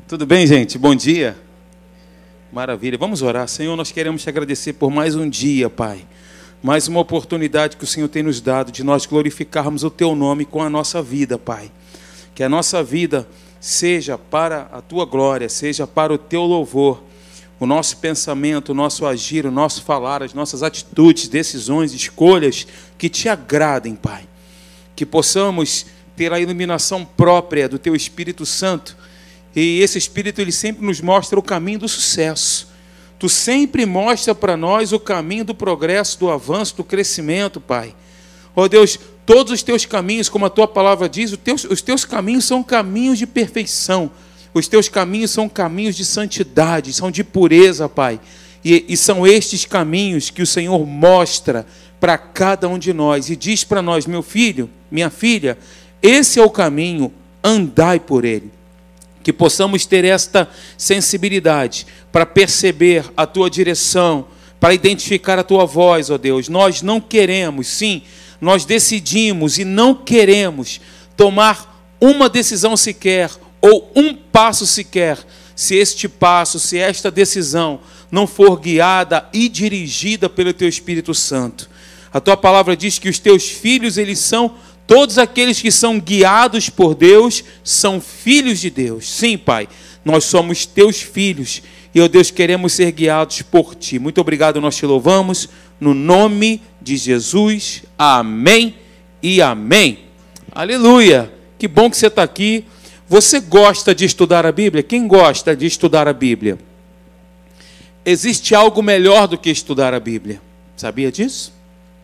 Tudo bem, gente? Bom dia. Maravilha. Vamos orar. Senhor, nós queremos te agradecer por mais um dia, Pai. Mais uma oportunidade que o Senhor tem nos dado de nós glorificarmos o teu nome com a nossa vida, Pai. Que a nossa vida seja para a tua glória, seja para o teu louvor. O nosso pensamento, o nosso agir, o nosso falar, as nossas atitudes, decisões, escolhas que te agradem, Pai. Que possamos ter a iluminação própria do teu Espírito Santo. E esse Espírito, ele sempre nos mostra o caminho do sucesso. Tu sempre mostra para nós o caminho do progresso, do avanço, do crescimento, Pai. Ó Deus, todos os teus caminhos, como a tua palavra diz, os teus caminhos são caminhos de perfeição. Os teus caminhos são caminhos de santidade, são de pureza, Pai. E são estes caminhos que o Senhor mostra para cada um de nós. E diz para nós, meu filho, minha filha, esse é o caminho, andai por ele. Que possamos ter esta sensibilidade para perceber a tua direção, para identificar a tua voz, ó Deus. Nós não queremos, sim, nós decidimos e não queremos tomar uma decisão sequer, ou um passo sequer, se este passo, se esta decisão não for guiada e dirigida pelo teu Espírito Santo. A tua palavra diz que os teus filhos, eles são todos aqueles que são guiados por Deus, são filhos de Deus. Sim, Pai, nós somos teus filhos e, ó Deus, queremos ser guiados por Ti. Muito obrigado, nós te louvamos, no nome de Jesus. Amém e amém. Aleluia. Que bom que você está aqui. Você gosta de estudar a Bíblia? Quem gosta de estudar a Bíblia? Existe algo melhor do que estudar a Bíblia. Sabia disso?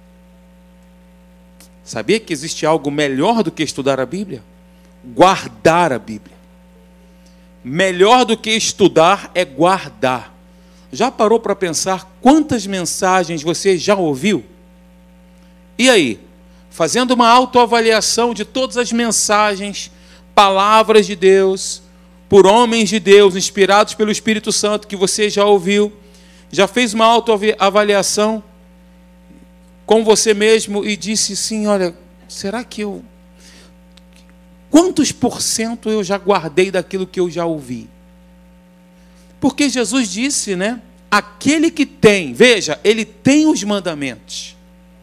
Sabia que existe algo melhor do que estudar a Bíblia? Guardar a Bíblia. Melhor do que estudar é guardar. Já parou para pensar quantas mensagens você já ouviu? E aí? Fazendo uma autoavaliação de todas as mensagens, palavras de Deus, por homens de Deus, inspirados pelo Espírito Santo, que você já ouviu, já fez uma autoavaliação com você mesmo e disse assim, olha, será que quantos % eu já guardei daquilo que eu já ouvi? Porque Jesus disse, né? Aquele que tem, veja, ele tem os mandamentos.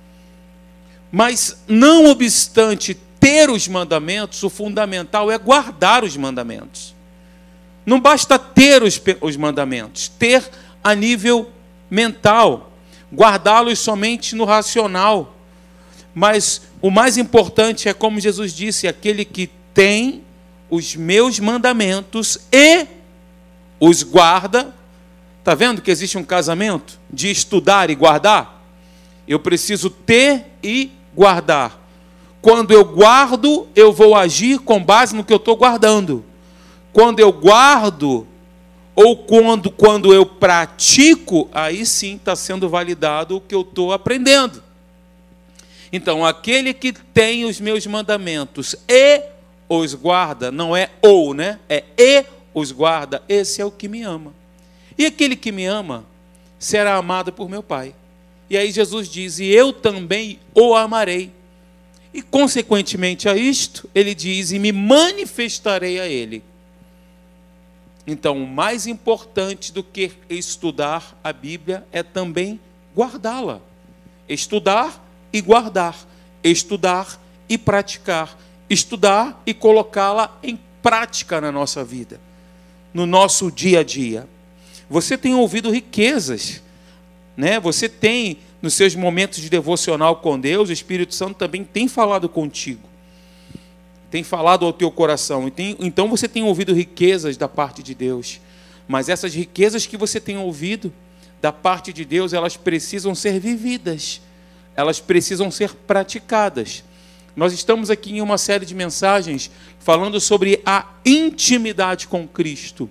Mas não obstante ter os mandamentos, o fundamental é guardar os mandamentos. Não basta ter os mandamentos, ter a nível mental, guardá-los somente no racional. Mas o mais importante é, como Jesus disse, aquele que tem os meus mandamentos e os guarda. Está vendo que existe um casamento de estudar e guardar? Eu preciso ter e guardar. Quando eu guardo, eu vou agir com base no que eu estou guardando. Quando eu guardo, ou quando eu pratico, aí sim está sendo validado o que eu estou aprendendo. Então, aquele que tem os meus mandamentos e os guarda, não é ou, né? É e os guarda, esse é o que me ama. E aquele que me ama será amado por meu Pai. E aí Jesus diz, e eu também o amarei. E consequentemente a isto, ele diz, e me manifestarei a ele. Então, o mais importante do que estudar a Bíblia é também guardá-la. Estudar e guardar. Estudar e praticar. Estudar e colocá-la em prática na nossa vida, no nosso dia a dia. Você tem ouvido riquezas, né? Você tem, nos seus momentos de devocional com Deus, o Espírito Santo também tem falado contigo. Tem falado ao teu coração. Então você tem ouvido riquezas da parte de Deus. Mas essas riquezas que você tem ouvido da parte de Deus, elas precisam ser vividas. Elas precisam ser praticadas. Nós estamos aqui em uma série de mensagens falando sobre a intimidade com Cristo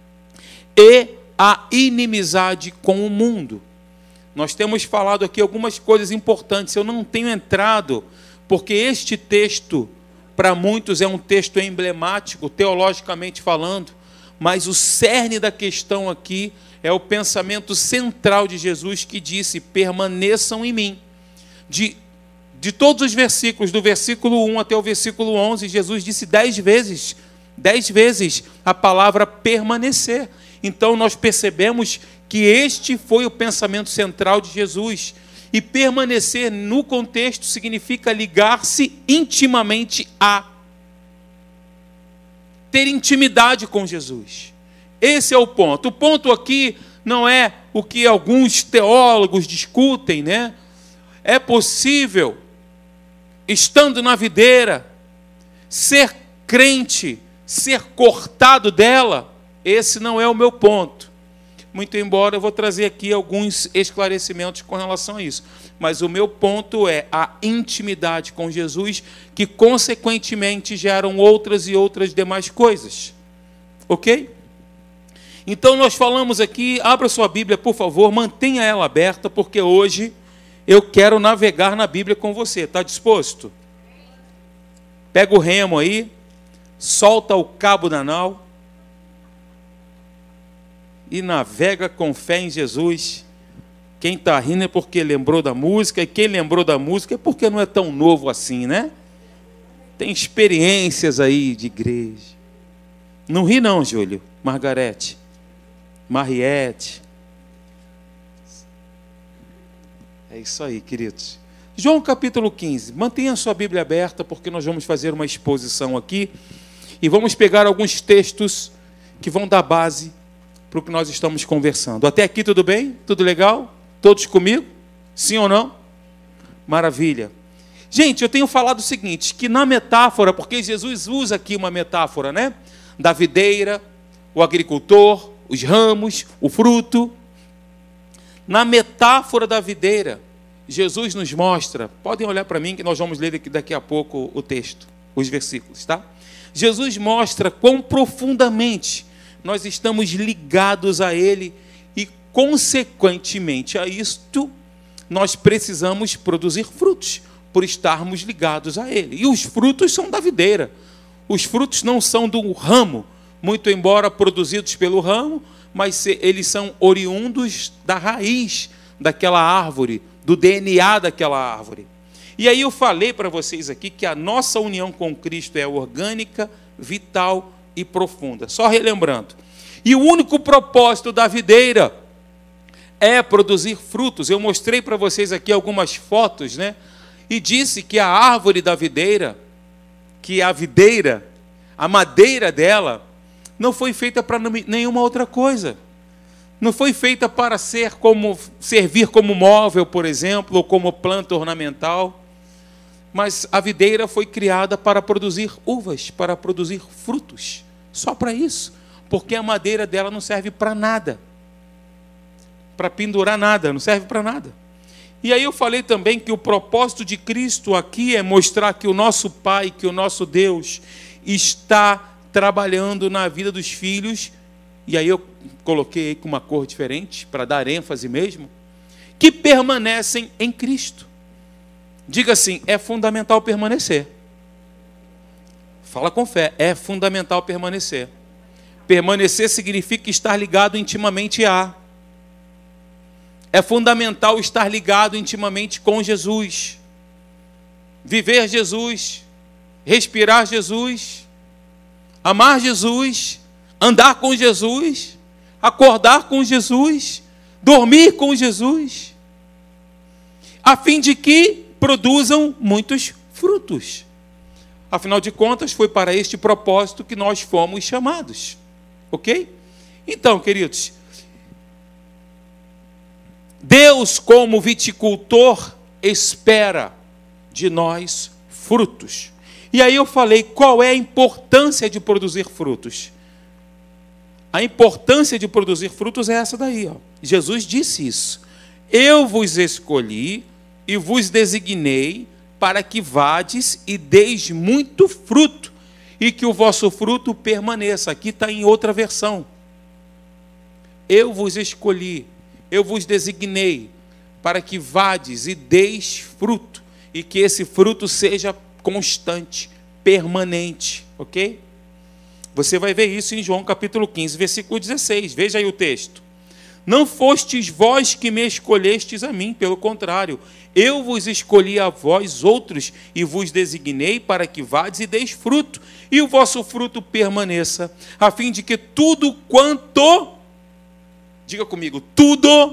e a inimizade com o mundo. Nós temos falado aqui algumas coisas importantes. Eu não tenho entrado, porque este texto, para muitos, é um texto emblemático, teologicamente falando, mas o cerne da questão aqui é o pensamento central de Jesus, que disse, permaneçam em mim. De todos os versículos, do versículo 1 até o versículo 11, Jesus disse 10 vezes, 10 vezes a palavra permanecer. Então nós percebemos que este foi o pensamento central de Jesus. E permanecer no contexto significa ligar-se intimamente a. Ter intimidade com Jesus. Esse é o ponto. O ponto aqui não é o que alguns teólogos discutem, né? É possível, estando na videira, ser crente, ser cortado dela? Esse não é o meu ponto. Muito embora eu vou trazer aqui alguns esclarecimentos com relação a isso. Mas o meu ponto é a intimidade com Jesus, que consequentemente geram outras e outras demais coisas. Ok? Então nós falamos aqui, abra sua Bíblia, por favor, mantenha ela aberta, porque hoje eu quero navegar na Bíblia com você. Está disposto? Pega o remo aí, solta o cabo da nau e navega com fé em Jesus. Quem está rindo é porque lembrou da música, e quem lembrou da música é porque não é tão novo assim, né? Tem experiências aí de igreja. Não ri não, Júlio, Margarete, Mariette. É isso aí, queridos. João capítulo 15. Mantenha a sua Bíblia aberta, porque nós vamos fazer uma exposição aqui e vamos pegar alguns textos que vão dar base para o que nós estamos conversando. Até aqui tudo bem? Tudo legal? Todos comigo? Sim ou não? Maravilha. Gente, eu tenho falado o seguinte, que na metáfora, porque Jesus usa aqui uma metáfora, né? Da videira, o agricultor, os ramos, o fruto. Na metáfora da videira, Jesus nos mostra, podem olhar para mim que nós vamos ler daqui a pouco o texto, os versículos, tá? Jesus mostra quão profundamente nós estamos ligados a Ele e, consequentemente a isto, nós precisamos produzir frutos, por estarmos ligados a Ele. E os frutos são da videira. Os frutos não são do ramo, muito embora produzidos pelo ramo, mas eles são oriundos da raiz daquela árvore, do DNA daquela árvore. E aí eu falei para vocês aqui que a nossa união com Cristo é orgânica, vital e profunda. Só relembrando. E o único propósito da videira é produzir frutos. Eu mostrei para vocês aqui algumas fotos, né? E disse que a árvore da videira, que a videira, a madeira dela, não foi feita para nenhuma outra coisa. Não foi feita para servir como móvel, por exemplo, ou como planta ornamental. Mas a videira foi criada para produzir uvas, para produzir frutos. Só para isso. Porque a madeira dela não serve para nada. Para pendurar nada, não serve para nada. E aí eu falei também que o propósito de Cristo aqui é mostrar que o nosso Pai, que o nosso Deus está trabalhando na vida dos filhos, e aí eu coloquei com uma cor diferente, para dar ênfase mesmo, que permanecem em Cristo. Diga assim, é fundamental permanecer. Fala com fé, é fundamental permanecer. Permanecer significa estar ligado intimamente a. É fundamental estar ligado intimamente com Jesus. Viver Jesus, respirar Jesus, amar Jesus, andar com Jesus, acordar com Jesus, dormir com Jesus, a fim de que produzam muitos frutos. Afinal de contas, foi para este propósito que nós fomos chamados. Ok? Então, queridos, Deus, como viticultor, espera de nós frutos. E aí eu falei, qual é a importância de produzir frutos? A importância de produzir frutos é essa daí, ó. Jesus disse isso. Eu vos escolhi e vos designei para que vades e deis muito fruto, e que o vosso fruto permaneça. Aqui está em outra versão. Eu vos escolhi, eu vos designei, para que vades e deis fruto, e que esse fruto seja constante, permanente, ok? Você vai ver isso em João capítulo 15, versículo 16, veja aí o texto. Não fostes vós que me escolhestes a mim, pelo contrário, eu vos escolhi a vós outros e vos designei para que vades e deis fruto, e o vosso fruto permaneça, a fim de que tudo quanto, diga comigo, tudo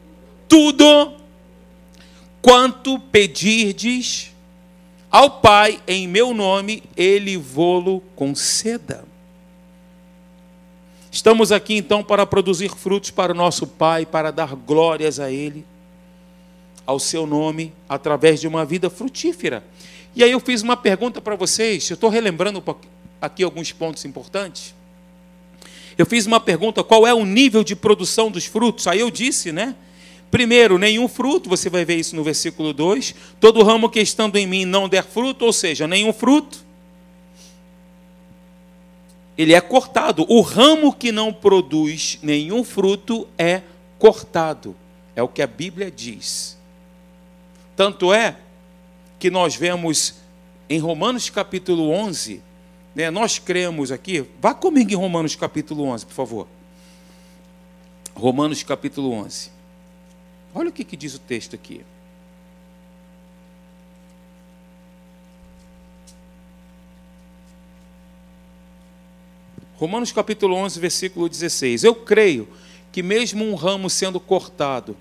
quanto pedirdes ao Pai em meu nome, Ele vô-lo conceda. Estamos aqui então para produzir frutos para o nosso Pai, para dar glórias a Ele, ao seu nome, através de uma vida frutífera. E aí eu fiz uma pergunta para vocês, eu estou relembrando aqui alguns pontos importantes. Eu fiz uma pergunta, qual é o nível de produção dos frutos? Aí eu disse, né? Primeiro, nenhum fruto, você vai ver isso no versículo 2. Todo ramo que estando em mim não der fruto, ou seja, nenhum fruto, ele é cortado. O ramo que não produz nenhum fruto é cortado. É o que a Bíblia diz. Tanto é que nós vemos em Romanos capítulo 11, né, nós cremos aqui, vá comigo em Romanos capítulo 11, por favor. Romanos capítulo 11. Olha o que diz o texto aqui. Romanos capítulo 11, versículo 16. Eu creio que mesmo um ramo sendo cortado,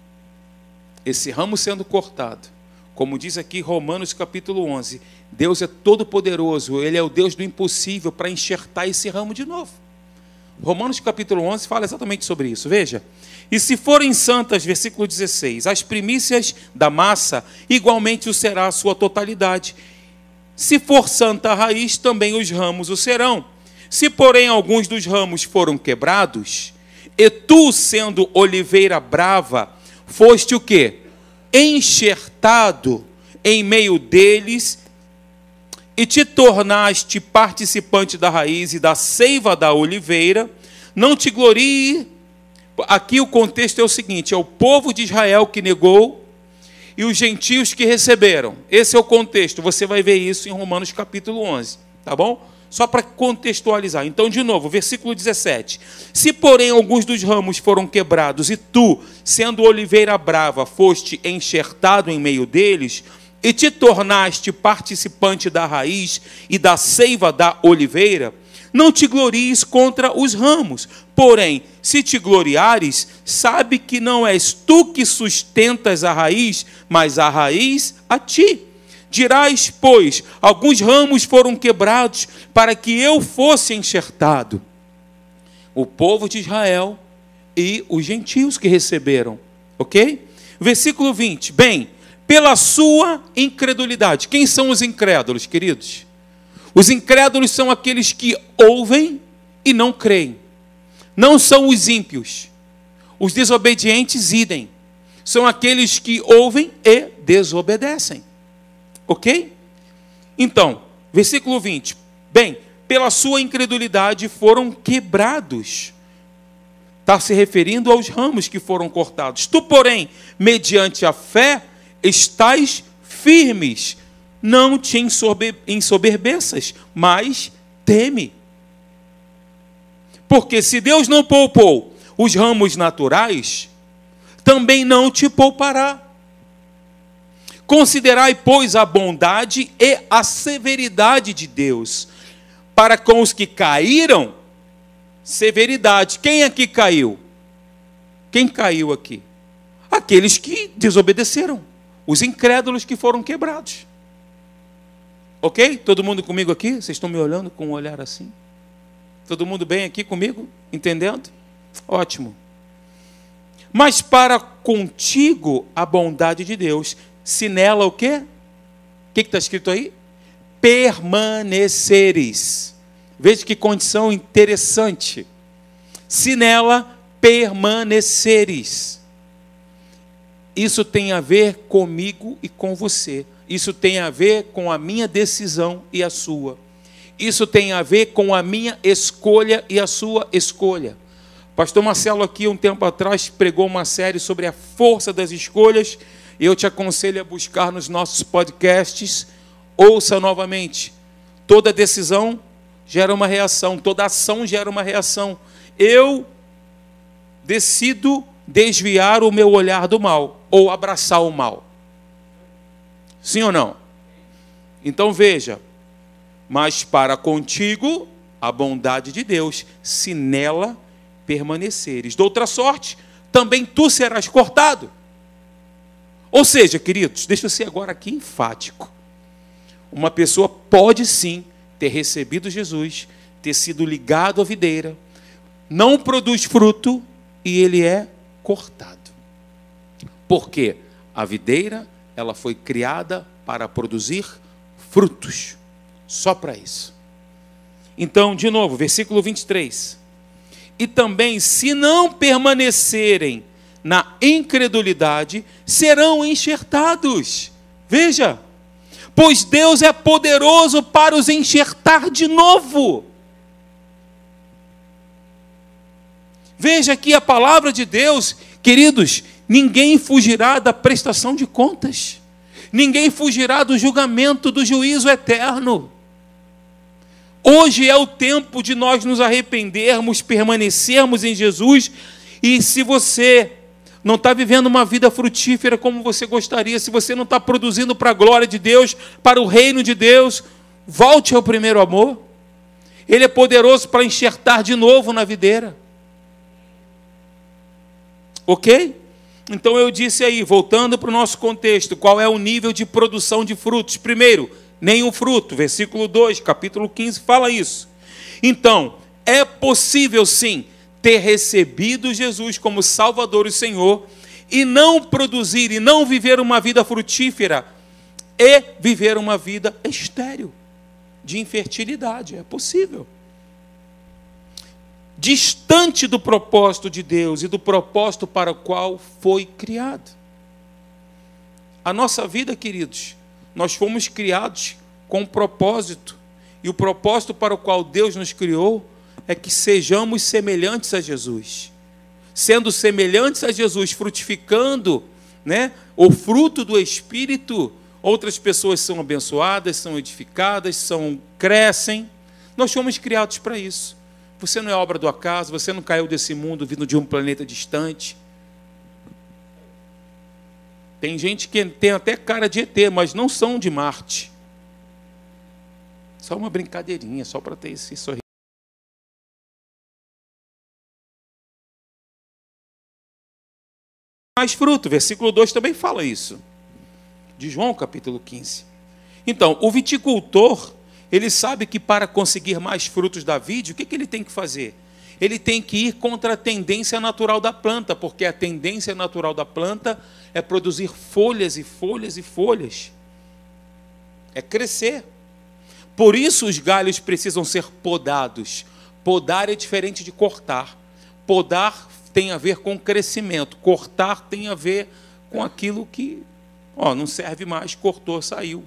esse ramo sendo cortado, como diz aqui Romanos capítulo 11, Deus é todo poderoso, Ele é o Deus do impossível para enxertar esse ramo de novo. Romanos capítulo 11 fala exatamente sobre isso, veja. E se forem santas, versículo 16, as primícias da massa, igualmente o será a sua totalidade. Se for santa a raiz, também os ramos o serão. Se, porém, alguns dos ramos foram quebrados, e tu, sendo oliveira brava, foste o quê? Enxertado em meio deles, e te tornaste participante da raiz e da seiva da oliveira, não te glorie. Aqui o contexto é o seguinte, é o povo de Israel que negou e os gentios que receberam. Esse é o contexto, você vai ver isso em Romanos capítulo 11, tá bom? Só para contextualizar. Então, de novo, versículo 17. Se, porém, alguns dos ramos foram quebrados e tu, sendo oliveira brava, foste enxertado em meio deles e te tornaste participante da raiz e da seiva da oliveira, não te glories contra os ramos. Porém, se te gloriares, sabe que não és tu que sustentas a raiz, mas a raiz a ti. Dirás, pois, alguns ramos foram quebrados para que eu fosse enxertado. O povo de Israel e os gentios que receberam. Ok? Versículo 20. Bem, pela sua incredulidade. Quem são os incrédulos, queridos? Os incrédulos são aqueles que ouvem e não creem. Não são os ímpios. Os desobedientes, idem. São aqueles que ouvem e desobedecem. Ok? Então, versículo 20. Bem, pela sua incredulidade foram quebrados. Está se referindo aos ramos que foram cortados. Tu, porém, mediante a fé, estás firmes. Não te ensoberbeças, mas teme. Porque se Deus não poupou os ramos naturais, também não te poupará. Considerai, pois, a bondade e a severidade de Deus. Para com os que caíram, severidade. Quem aqui caiu? Quem caiu aqui? Aqueles que desobedeceram. Os incrédulos que foram quebrados. Ok? Todo mundo comigo aqui? Vocês estão me olhando com um olhar assim? Todo mundo bem aqui comigo? Entendendo? Ótimo. Mas para contigo a bondade de Deus, se nela o quê? O que está escrito aí? Permaneceres. Veja que condição interessante. Se nela permaneceres. Isso tem a ver comigo e com você. Isso tem a ver com a minha decisão e a sua. Isso tem a ver com a minha escolha e a sua escolha. Pastor Marcelo aqui, um tempo atrás, pregou uma série sobre a força das escolhas. Eu te aconselho a buscar nos nossos podcasts. Ouça novamente. Toda decisão gera uma reação. Toda ação gera uma reação. Eu decido desviar o meu olhar do mal, ou abraçar o mal. Sim ou não? Então veja, mas para contigo a bondade de Deus, se nela permaneceres. De outra sorte, também tu serás cortado. Ou seja, queridos, deixa eu ser agora aqui enfático. Uma pessoa pode sim ter recebido Jesus, ter sido ligado à videira, não produz fruto e ele é cortado. Por quê? A videira, ela foi criada para produzir frutos. Só para isso. Então, de novo, versículo 23. E também, se não permanecerem na incredulidade, serão enxertados. Veja, pois Deus é poderoso para os enxertar de novo. Veja aqui a palavra de Deus, queridos, ninguém fugirá da prestação de contas. Ninguém fugirá do julgamento, do juízo eterno. Hoje é o tempo de nós nos arrependermos, permanecermos em Jesus. E se você não está vivendo uma vida frutífera como você gostaria, se você não está produzindo para a glória de Deus, para o reino de Deus, volte ao primeiro amor. Ele é poderoso para enxertar de novo na videira. Ok? Então eu disse aí, voltando para o nosso contexto, qual é o nível de produção de frutos? Primeiro, nenhum fruto. Versículo 2, capítulo 15, fala isso. Então, é possível sim ter recebido Jesus como Salvador e Senhor e não produzir e não viver uma vida frutífera e viver uma vida estéril, de infertilidade. É possível. Distante do propósito de Deus e do propósito para o qual foi criado. A nossa vida, queridos, nós fomos criados com um propósito, e o propósito para o qual Deus nos criou é que sejamos semelhantes a Jesus. Sendo semelhantes a Jesus, frutificando, né, o fruto do Espírito, outras pessoas são abençoadas, são edificadas, crescem. Nós fomos criados para isso. Você não é obra do acaso, você não caiu desse mundo vindo de um planeta distante. Tem gente que tem até cara de ET, mas não são de Marte. Só uma brincadeirinha, só para ter esse sorriso. Mais fruto, versículo 2 também fala isso. De João, capítulo 15. Então, o viticultor, ele sabe que para conseguir mais frutos da vide, o que ele tem que fazer? Ele tem que ir contra a tendência natural da planta, porque a tendência natural da planta é produzir folhas e folhas e folhas. É crescer. Por isso os galhos precisam ser podados. Podar é diferente de cortar. Podar tem a ver com crescimento. Cortar tem a ver com aquilo que não serve mais, cortou, saiu.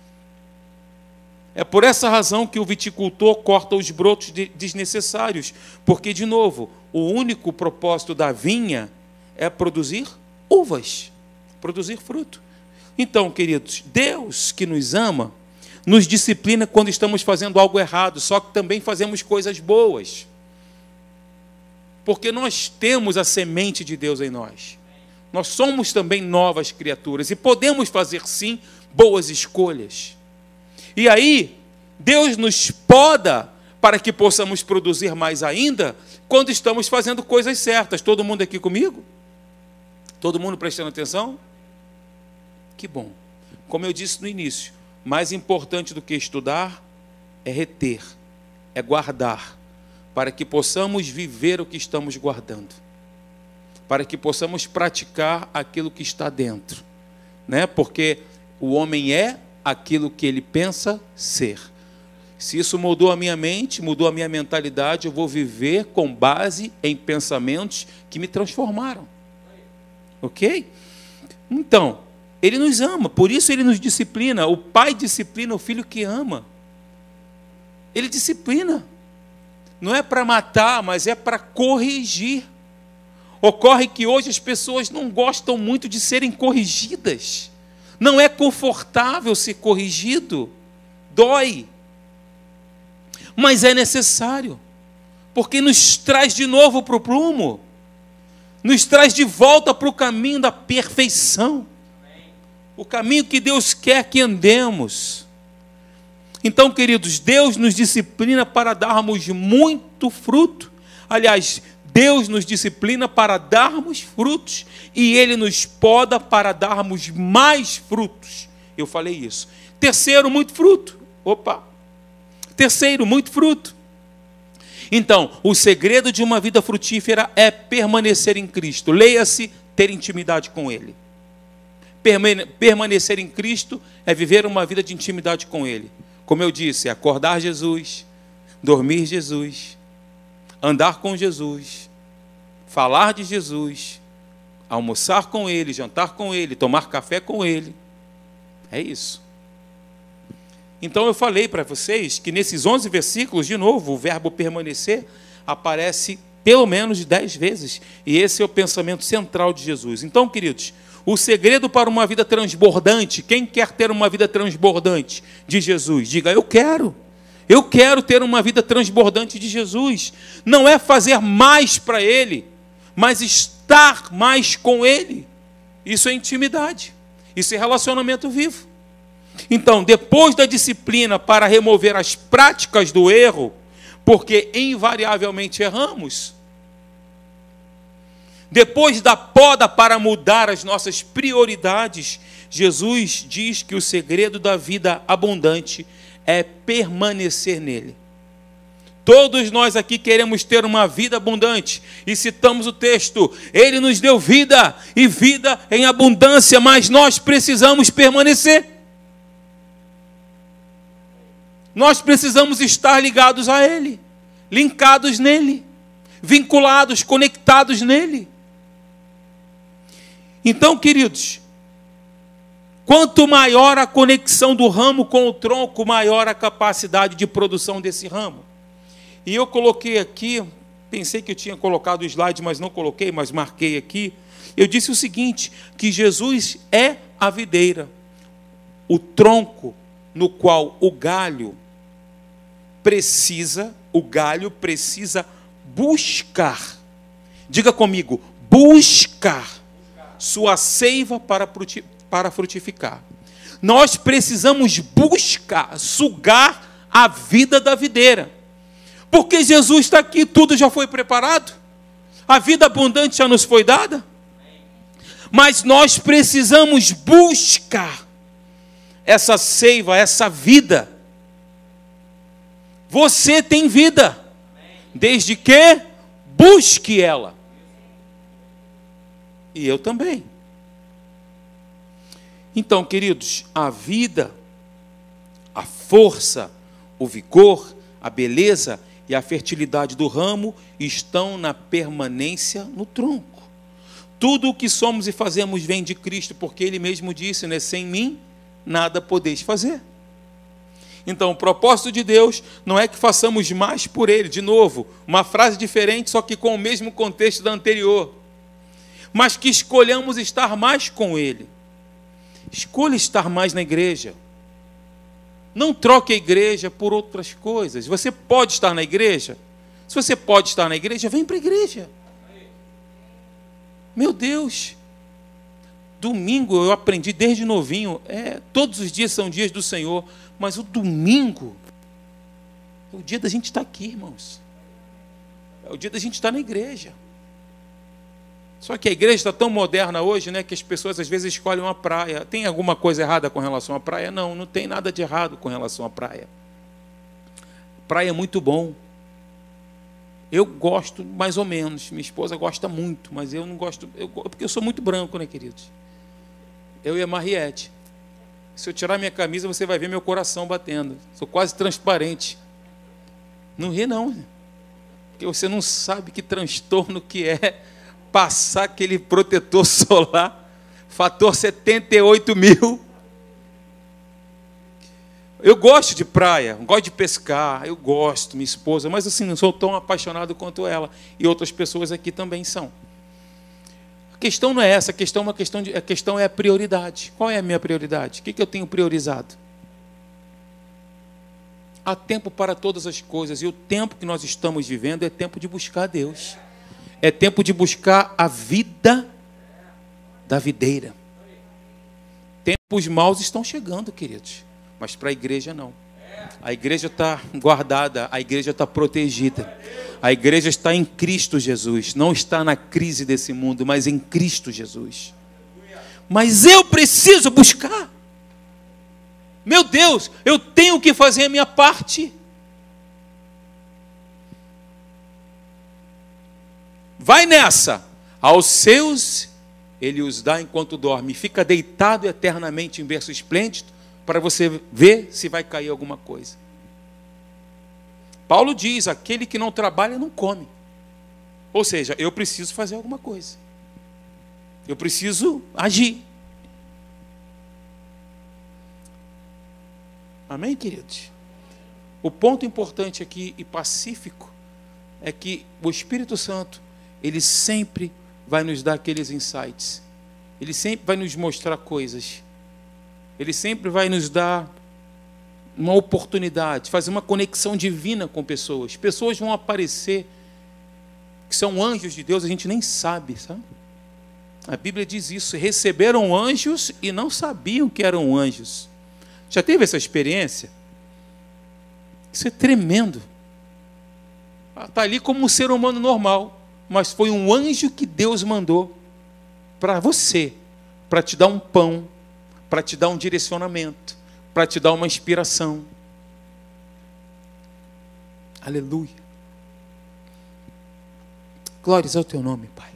É por essa razão que o viticultor corta os brotos desnecessários, porque, de novo, o único propósito da vinha é produzir uvas, produzir fruto. Então, queridos, Deus que nos ama, nos disciplina quando estamos fazendo algo errado, só que também fazemos coisas boas. Porque nós temos a semente de Deus em nós. Nós somos também novas criaturas e podemos fazer, sim, boas escolhas. E aí, Deus nos poda para que possamos produzir mais ainda quando estamos fazendo coisas certas. Todo mundo aqui comigo? Todo mundo prestando atenção? Que bom. Como eu disse no início, mais importante do que estudar é reter, é guardar, para que possamos viver o que estamos guardando, para que possamos praticar aquilo que está dentro, né? Porque o homem é aquilo que ele pensa ser. Se isso mudou a minha mente, mudou a minha mentalidade, eu vou viver com base em pensamentos que me transformaram. Ok? Então, ele nos ama, por isso ele nos disciplina. O pai disciplina o filho que ama. Ele disciplina. Não é para matar, mas é para corrigir. Ocorre que hoje as pessoas não gostam muito de serem corrigidas. Não é confortável ser corrigido, dói, mas é necessário, porque nos traz de novo para o prumo. nos traz de volta para o caminho da perfeição, o caminho que Deus quer que andemos. Então, queridos, Deus nos disciplina para darmos muito fruto. Aliás, Deus nos disciplina para darmos frutos, e Ele nos poda para darmos mais frutos. Eu falei isso. Terceiro, muito fruto. Terceiro, muito fruto. Então, o segredo de uma vida frutífera é permanecer em Cristo. Leia-se, ter intimidade com Ele. Permanecer em Cristo é viver uma vida de intimidade com Ele. Como eu disse, é acordar Jesus, dormir Jesus, andar com Jesus, falar de Jesus, almoçar com Ele, jantar com Ele, tomar café com Ele. É isso. Então eu falei para vocês que nesses 11 versículos, de novo, o verbo permanecer aparece pelo menos 10 vezes. E esse é o pensamento central de Jesus. Então, queridos, o segredo para uma vida transbordante, quem quer ter uma vida transbordante de Jesus? Diga, eu quero. Eu quero ter uma vida transbordante de Jesus. Não é fazer mais para Ele, mas estar mais com Ele. Isso é intimidade. Isso é relacionamento vivo. Então, depois da disciplina para remover as práticas do erro, porque invariavelmente erramos, depois da poda para mudar as nossas prioridades, Jesus diz que o segredo da vida abundante é permanecer nele. Todos nós aqui queremos ter uma vida abundante, e citamos o texto, Ele nos deu vida, e vida em abundância, mas nós precisamos permanecer. Nós precisamos estar ligados a Ele, linkados nele, vinculados, conectados nele. Então, queridos, quanto maior a conexão do ramo com o tronco, maior a capacidade de produção desse ramo. E eu coloquei aqui, pensei que eu tinha colocado o slide, mas não coloquei, mas marquei aqui. Eu disse o seguinte, que Jesus é a videira, o tronco no qual o galho precisa buscar. Diga comigo, buscar sua seiva para frutificar. Nós precisamos buscar, sugar a vida da videira. Porque Jesus está aqui, tudo já foi preparado. A vida abundante já nos foi dada. Mas nós precisamos buscar essa seiva, essa vida. Você tem vida, desde que busque ela. E eu também. Então, queridos, a vida, a força, o vigor, a beleza e a fertilidade do ramo estão na permanência no tronco. Tudo o que somos e fazemos vem de Cristo, porque Ele mesmo disse, né? Sem mim, nada podeis fazer. Então, o propósito de Deus não é que façamos mais por Ele. De novo, uma frase diferente, só que com o mesmo contexto da anterior. Mas que escolhamos estar mais com Ele. Escolha estar mais na igreja. Não troque a igreja por outras coisas. Você pode estar na igreja? Se você pode estar na igreja, vem para a igreja. Meu Deus! Domingo eu aprendi desde novinho. Todos os dias são dias do Senhor. Mas o domingo é o dia da gente estar aqui, irmãos. É o dia da gente estar na igreja. Só que a igreja está tão moderna hoje, né, que as pessoas às vezes escolhem uma praia. Tem alguma coisa errada com relação à praia? Não, não tem nada de errado com relação à praia. Praia é muito bom. Eu gosto mais ou menos. Minha esposa gosta muito, mas eu não gosto. Porque eu sou muito branco, né, queridos? Eu e a Mariette. Se eu tirar minha camisa, você vai ver meu coração batendo. Sou quase transparente. Não ri, não. Porque você não sabe que transtorno que é passar aquele protetor solar, fator 78.000. Eu gosto de praia, gosto de pescar, eu gosto, minha esposa, mas assim, não sou tão apaixonado quanto ela. E outras pessoas aqui também são. A questão não é essa, a questão é a prioridade. Qual é a minha prioridade? O que eu tenho priorizado? Há tempo para todas as coisas, e o tempo que nós estamos vivendo é tempo de buscar a Deus. É tempo de buscar a vida da videira. Tempos maus estão chegando, queridos. Mas para a igreja não. A igreja está guardada, a igreja está protegida. A igreja está em Cristo Jesus. Não está na crise desse mundo, mas em Cristo Jesus. Mas eu preciso buscar. Meu Deus, eu tenho que fazer a minha parte. Vai nessa. Aos seus, ele os dá enquanto dorme. Fica deitado eternamente em berço esplêndido, para você ver se vai cair alguma coisa. Paulo diz, aquele que não trabalha não come. Ou seja, eu preciso fazer alguma coisa. Eu preciso agir. Amém, queridos? O ponto importante aqui e pacífico é que o Espírito Santo, ele sempre vai nos dar aqueles insights. Ele sempre vai nos mostrar coisas. Ele sempre vai nos dar uma oportunidade, fazer uma conexão divina com pessoas. Pessoas vão aparecer que são anjos de Deus, a gente nem sabe, sabe? A Bíblia diz isso, receberam anjos e não sabiam que eram anjos. Já teve essa experiência? Isso é tremendo. Está ali como um ser humano normal, mas foi um anjo que Deus mandou para você, para te dar um pão, para te dar um direcionamento, para te dar uma inspiração. Aleluia. Glórias ao teu nome, Pai.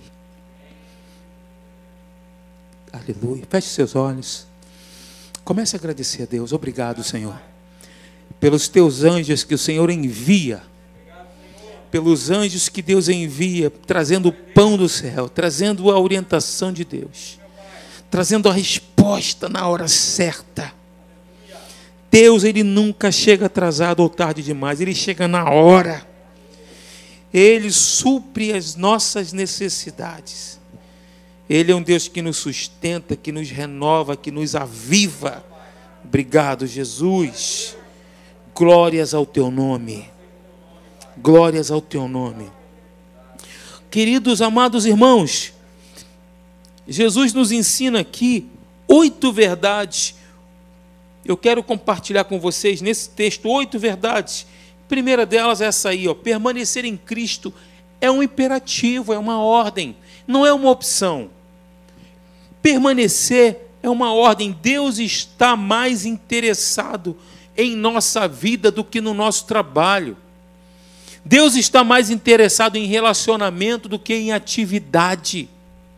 Aleluia. Feche seus olhos. Comece a agradecer a Deus. Obrigado, Senhor, pelos teus anjos que o Senhor envia. Pelos anjos que Deus envia, trazendo o pão do céu, trazendo a orientação de Deus, trazendo a resposta na hora certa. Deus, Ele nunca chega atrasado ou tarde demais, Ele chega na hora. Ele supre as nossas necessidades. Ele é um Deus que nos sustenta, que nos renova, que nos aviva. Obrigado, Jesus. Glórias ao teu nome. Glórias ao teu nome. Queridos, amados irmãos, Jesus nos ensina aqui 8 verdades. Eu quero compartilhar com vocês nesse texto 8 verdades. A primeira delas é essa aí, ó, permanecer em Cristo é um imperativo, é uma ordem, não é uma opção. Permanecer é uma ordem. Deus está mais interessado em nossa vida do que no nosso trabalho. Deus está mais interessado em relacionamento do que em atividade.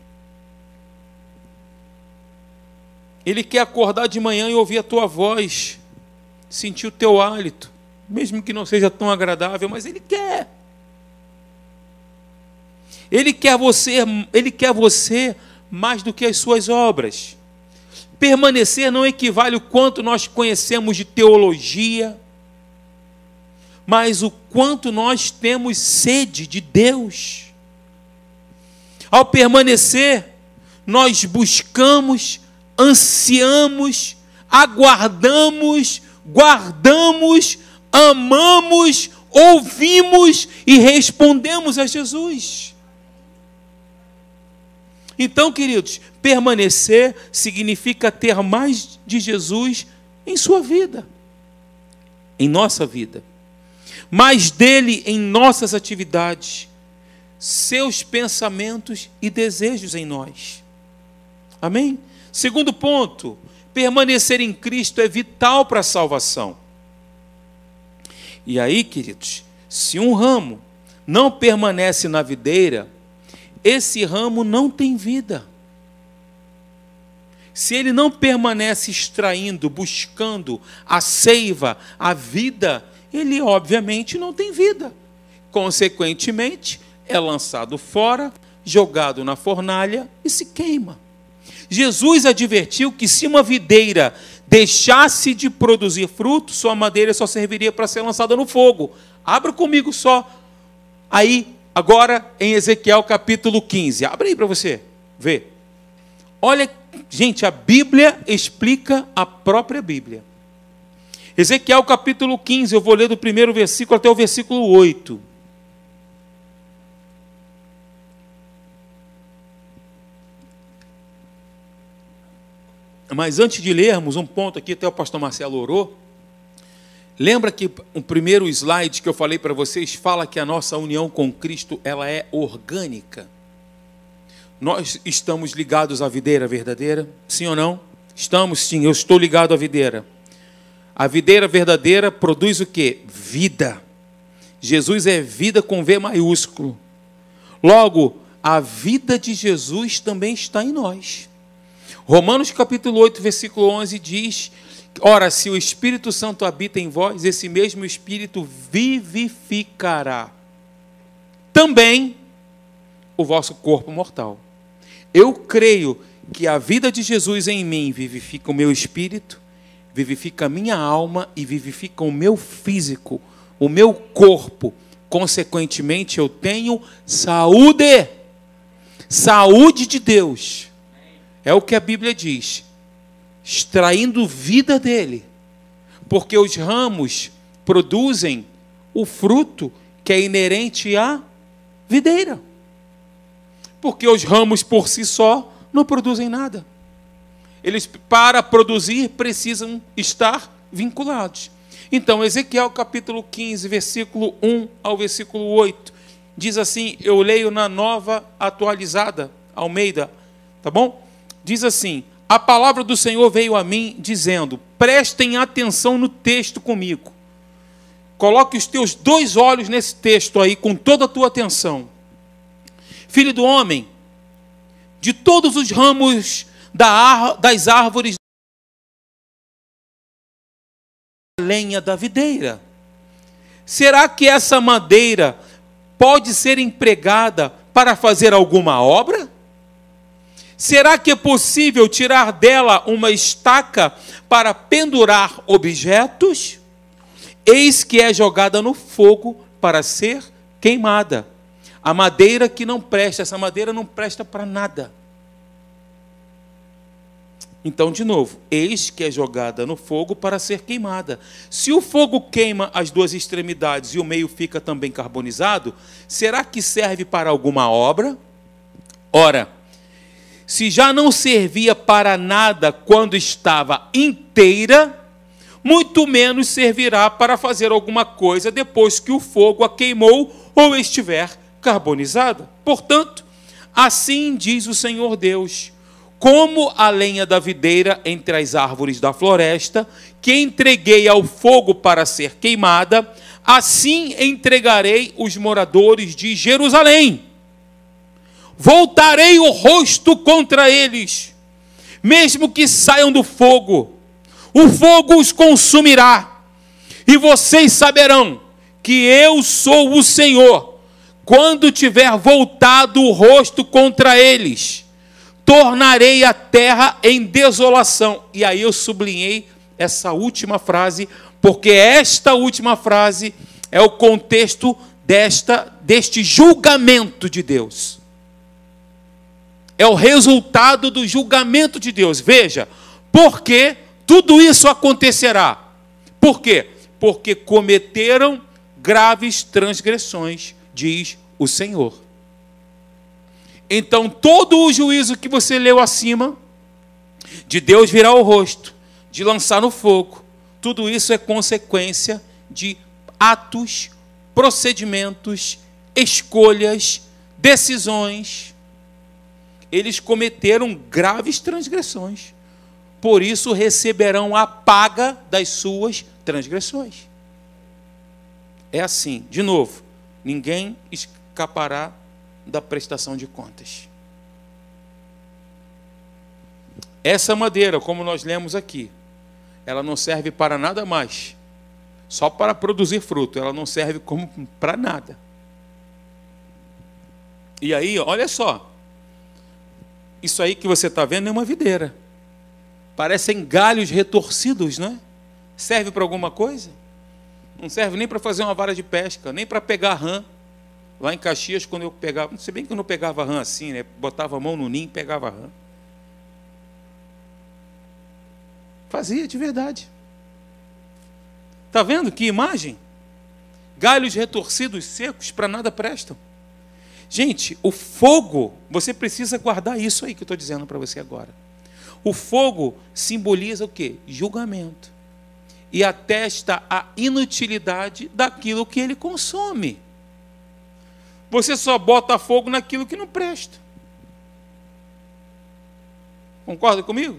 Ele quer acordar de manhã e ouvir a tua voz, sentir o teu hálito, mesmo que não seja tão agradável, mas Ele quer. Ele quer você mais do que as suas obras. Permanecer não equivale o quanto nós conhecemos de teologia, mas o quanto nós temos sede de Deus. Ao permanecer, nós buscamos, ansiamos, aguardamos, guardamos, amamos, ouvimos e respondemos a Jesus. Então, queridos, permanecer significa ter mais de Jesus em sua vida, em nossa vida. Mais dele em nossas atividades, seus pensamentos e desejos em nós. Amém? Segundo ponto, permanecer em Cristo é vital para a salvação. E aí, queridos, se um ramo não permanece na videira, esse ramo não tem vida. Se ele não permanece extraindo, buscando a seiva, a vida, ele obviamente não tem vida. Consequentemente, é lançado fora, jogado na fornalha e se queima. Jesus advertiu que se uma videira deixasse de produzir fruto, sua madeira só serviria para ser lançada no fogo. Abra comigo só aí, agora em Ezequiel capítulo 15. Abre aí para você ver. Olha, gente, a Bíblia explica a própria Bíblia. Ezequiel capítulo 15, eu vou ler do primeiro versículo até o versículo 8. Mas antes de lermos um ponto aqui, até o pastor Marcelo orou. Lembra que o primeiro slide que eu falei para vocês fala que a nossa união com Cristo, ela é orgânica. Nós estamos ligados à videira verdadeira? Sim ou não? Estamos, sim, eu estou ligado à videira. A videira verdadeira produz o quê? Vida. Jesus é vida com V maiúsculo. Logo, a vida de Jesus também está em nós. Romanos capítulo 8, versículo 11 diz: ora, se o Espírito Santo habita em vós, esse mesmo Espírito vivificará também o vosso corpo mortal. Eu creio que a vida de Jesus em mim vivifica o meu espírito, vivifica a minha alma e vivifica o meu físico, o meu corpo. Consequentemente, eu tenho saúde. Saúde de Deus. É o que a Bíblia diz. Extraindo vida dele. Porque os ramos produzem o fruto que é inerente à videira. Porque os ramos por si só não produzem nada. Eles, para produzir, precisam estar vinculados. Então, Ezequiel capítulo 15, versículo 1 ao versículo 8, diz assim, eu leio na Nova Atualizada, Almeida, tá bom? Diz assim, a palavra do Senhor veio a mim dizendo, prestem atenção no texto comigo. Coloque os teus dois olhos nesse texto aí, com toda a tua atenção. Filho do homem, de todos os ramos das árvores, a lenha da videira. Será que essa madeira pode ser empregada para fazer alguma obra? Será que é possível tirar dela uma estaca para pendurar objetos? Eis que é jogada no fogo para ser queimada. A madeira que não presta, essa madeira não presta para nada. Então, de novo, eis que é jogada no fogo para ser queimada. Se o fogo queima as duas extremidades e o meio fica também carbonizado, será que serve para alguma obra? Ora, se já não servia para nada quando estava inteira, muito menos servirá para fazer alguma coisa depois que o fogo a queimou ou estiver carbonizada. Portanto, assim diz o Senhor Deus, como a lenha da videira entre as árvores da floresta, que entreguei ao fogo para ser queimada, assim entregarei os moradores de Jerusalém. Voltarei o rosto contra eles, mesmo que saiam do fogo, o fogo os consumirá, e vocês saberão que eu sou o Senhor, quando tiver voltado o rosto contra eles, tornarei a terra em desolação. E aí eu sublinhei essa última frase, porque esta última frase é o contexto deste julgamento de Deus. É o resultado do julgamento de Deus. Veja, porque tudo isso acontecerá. Por quê? Porque cometeram graves transgressões, diz o Senhor. Então, todo o juízo que você leu acima, de Deus virar o rosto, de lançar no fogo, tudo isso é consequência de atos, procedimentos, escolhas, decisões. Eles cometeram graves transgressões. Por isso receberão a paga das suas transgressões. É assim, de novo, ninguém escapará da prestação de contas. Essa madeira, como nós lemos aqui, ela não serve para nada mais, só para produzir fruto, ela não serve como para nada. E aí, olha só, isso aí que você está vendo é uma videira. Parecem galhos retorcidos, não é? Serve para alguma coisa? Não serve nem para fazer uma vara de pesca, nem para pegar rã. Lá em Caxias, quando eu pegava, se bem que eu não pegava rã assim, né? Botava a mão no ninho e pegava rã. Fazia de verdade. Está vendo que imagem? Galhos retorcidos, secos, para nada prestam. Gente, o fogo, você precisa guardar isso aí que eu estou dizendo para você agora. O fogo simboliza o quê? Julgamento. E atesta a inutilidade daquilo que ele consome. Você só bota fogo naquilo que não presta. Concorda comigo?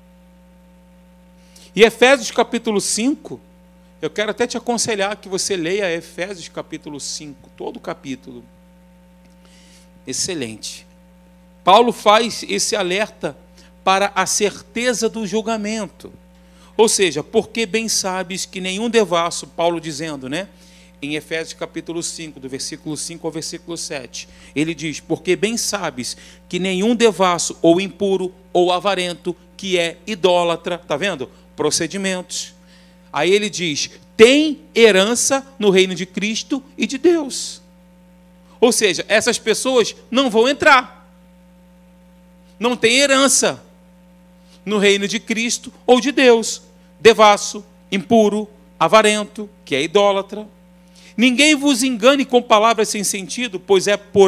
E Efésios capítulo 5, eu quero até te aconselhar que você leia Efésios capítulo 5, todo o capítulo. Excelente. Paulo faz esse alerta para a certeza do julgamento. Ou seja, porque bem sabes que nenhum devasso, Paulo dizendo, né? Em Efésios capítulo 5, do versículo 5 ao versículo 7, ele diz, porque bem sabes que nenhum devasso, ou impuro, ou avarento, que é idólatra, está vendo? Procedimentos. Aí ele diz, tem herança no reino de Cristo e de Deus. Ou seja, essas pessoas não vão entrar. Não tem herança no reino de Cristo ou de Deus. Devasso, impuro, avarento, que é idólatra. Ninguém vos engane com palavras sem sentido, pois é por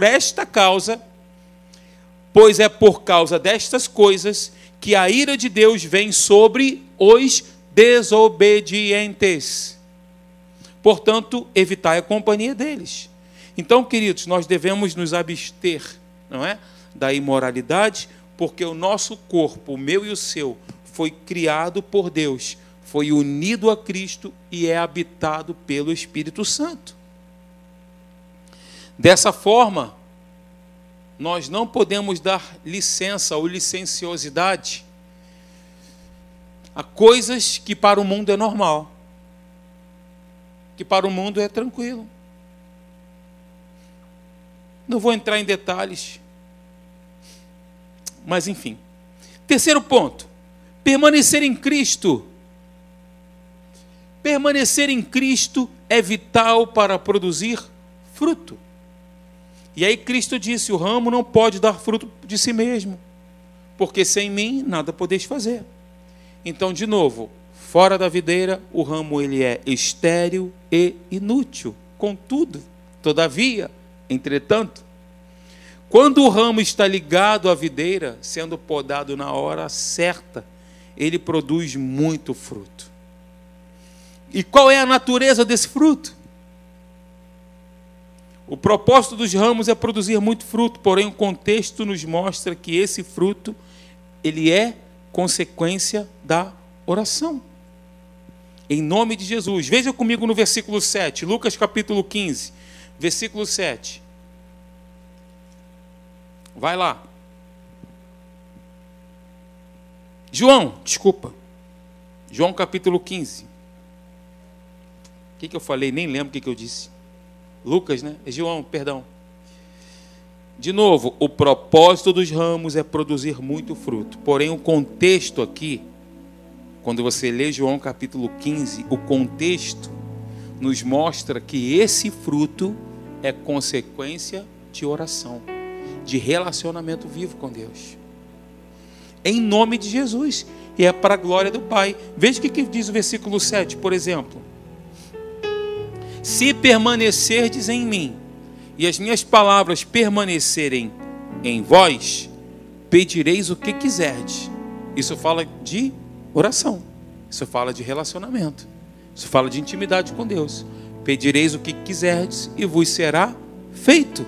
causa destas coisas que a ira de Deus vem sobre os desobedientes. Portanto, evitai a companhia deles. Então, queridos, nós devemos nos abster, não é, da imoralidade, porque o nosso corpo, o meu e o seu, foi criado por Deus, foi unido a Cristo e é habitado pelo Espírito Santo. Dessa forma, nós não podemos dar licença ou licenciosidade a coisas que para o mundo é normal, que para o mundo é tranquilo. Não vou entrar em detalhes, mas enfim. Terceiro ponto, permanecer em Cristo. Permanecer em Cristo é vital para produzir fruto. E aí Cristo disse, o ramo não pode dar fruto de si mesmo, porque sem mim nada podeis fazer. Então, de novo, fora da videira, o ramo ele é estéril e inútil. Contudo, todavia, entretanto, quando o ramo está ligado à videira, sendo podado na hora certa, ele produz muito fruto. E qual é a natureza desse fruto? O propósito dos ramos é produzir muito fruto, porém o contexto nos mostra que esse fruto, ele é consequência da oração. Em nome de Jesus. Veja comigo no versículo 7, Lucas capítulo 15, versículo 7. Vai lá. João capítulo 15. O que eu falei? Nem lembro o que eu disse. Lucas, né? João, perdão. De novo, o propósito dos ramos é produzir muito fruto. Porém, o contexto aqui, quando você lê João capítulo 15, o contexto nos mostra que esse fruto é consequência de oração, de relacionamento vivo com Deus. Em nome de Jesus. E é para a glória do Pai. Veja o que diz o versículo 7, por exemplo. Se permanecerdes em mim, e as minhas palavras permanecerem em vós, pedireis o que quiserdes. Isso fala de oração. Isso fala de relacionamento. Isso fala de intimidade com Deus. Pedireis o que quiserdes e vos será feito.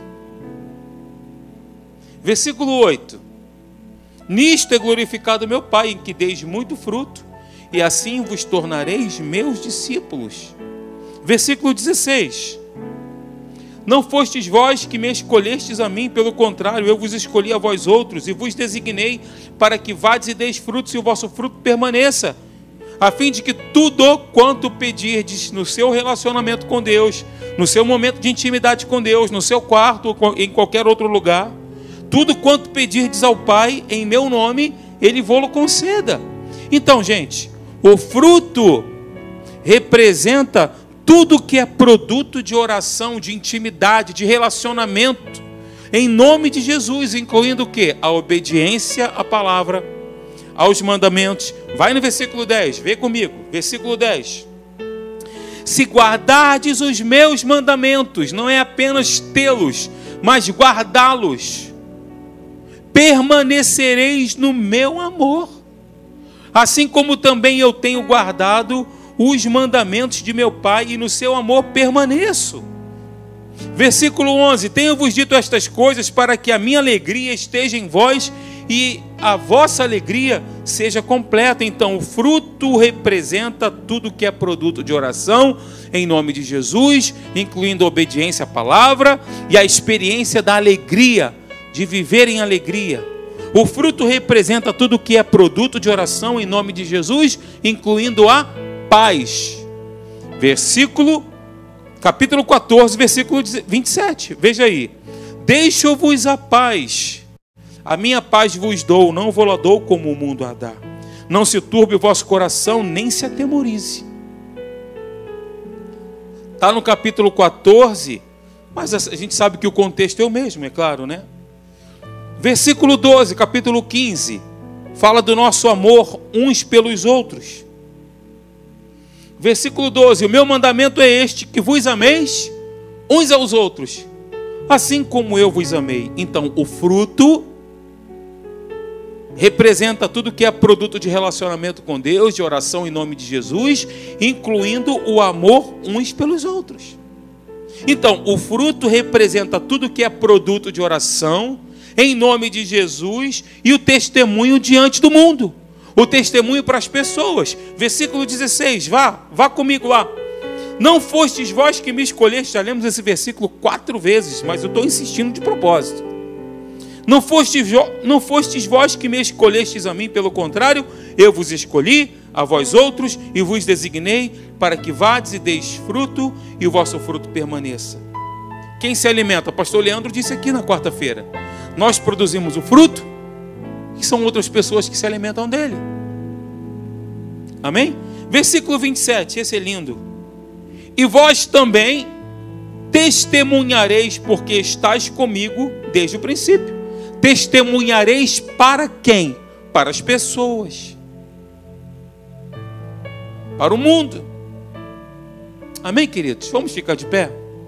Versículo 8. Nisto é glorificado meu Pai, em que deis muito fruto, e assim vos tornareis meus discípulos. Versículo 16. Não fostes vós que me escolhestes a mim, pelo contrário, eu vos escolhi a vós outros, e vos designei para que vades e deis frutos, e o vosso fruto permaneça, a fim de que tudo quanto pedirdes no seu relacionamento com Deus, no seu momento de intimidade com Deus, no seu quarto ou em qualquer outro lugar, tudo quanto pedirdes ao Pai em meu nome, Ele vô-lo conceda. Então, gente, o fruto representa tudo que é produto de oração, de intimidade, de relacionamento, em nome de Jesus, incluindo o quê? A obediência à palavra, aos mandamentos. Vai no versículo 10, vem comigo, versículo 10. Se guardardes os meus mandamentos, não é apenas tê-los, mas guardá-los, permanecereis no meu amor. assim como também eu tenho guardado os mandamentos de meu Pai e no seu amor permaneço. Versículo 11: tenho-vos dito estas coisas para que a minha alegria esteja em vós e a vossa alegria seja completa. Então, o fruto representa tudo que é produto de oração em nome de Jesus, incluindo a obediência à palavra e a experiência da alegria, de viver em alegria. O fruto representa tudo que é produto de oração em nome de Jesus, incluindo a paz. Capítulo 14, versículo 27. Veja aí: deixo-vos a paz, a minha paz vos dou, não vou-la dou como o mundo a dá. Não se turbe o vosso coração, nem se atemorize. Está no capítulo 14, mas a gente sabe que o contexto é o mesmo, é claro, né? Versículo 12, capítulo 15, fala do nosso amor uns pelos outros. Versículo 12: o meu mandamento é este, que vos ameis uns aos outros, assim como eu vos amei. Então, o fruto representa tudo que é produto de relacionamento com Deus, de oração em nome de Jesus, incluindo o amor uns pelos outros. Então, o fruto representa tudo que é produto de oração em nome de Jesus e o testemunho diante do mundo. O testemunho para as pessoas. Versículo 16, vá comigo lá. Não fostes vós que me escolhestes. Já lemos esse versículo 4 vezes, mas eu estou insistindo de propósito. Não fostes vós que me escolhestes a mim, pelo contrário, eu vos escolhi, a vós outros, e vos designei, para que vades e deis fruto, e o vosso fruto permaneça. Quem se alimenta? O pastor Leandro disse aqui na quarta-feira. Nós produzimos o fruto, que são outras pessoas que se alimentam dele. Amém? Versículo 27, esse é lindo. E vós também testemunhareis, porque estáis comigo desde o princípio. Testemunhareis para quem? Para as pessoas. Para o mundo. Amém, queridos? Vamos ficar de pé?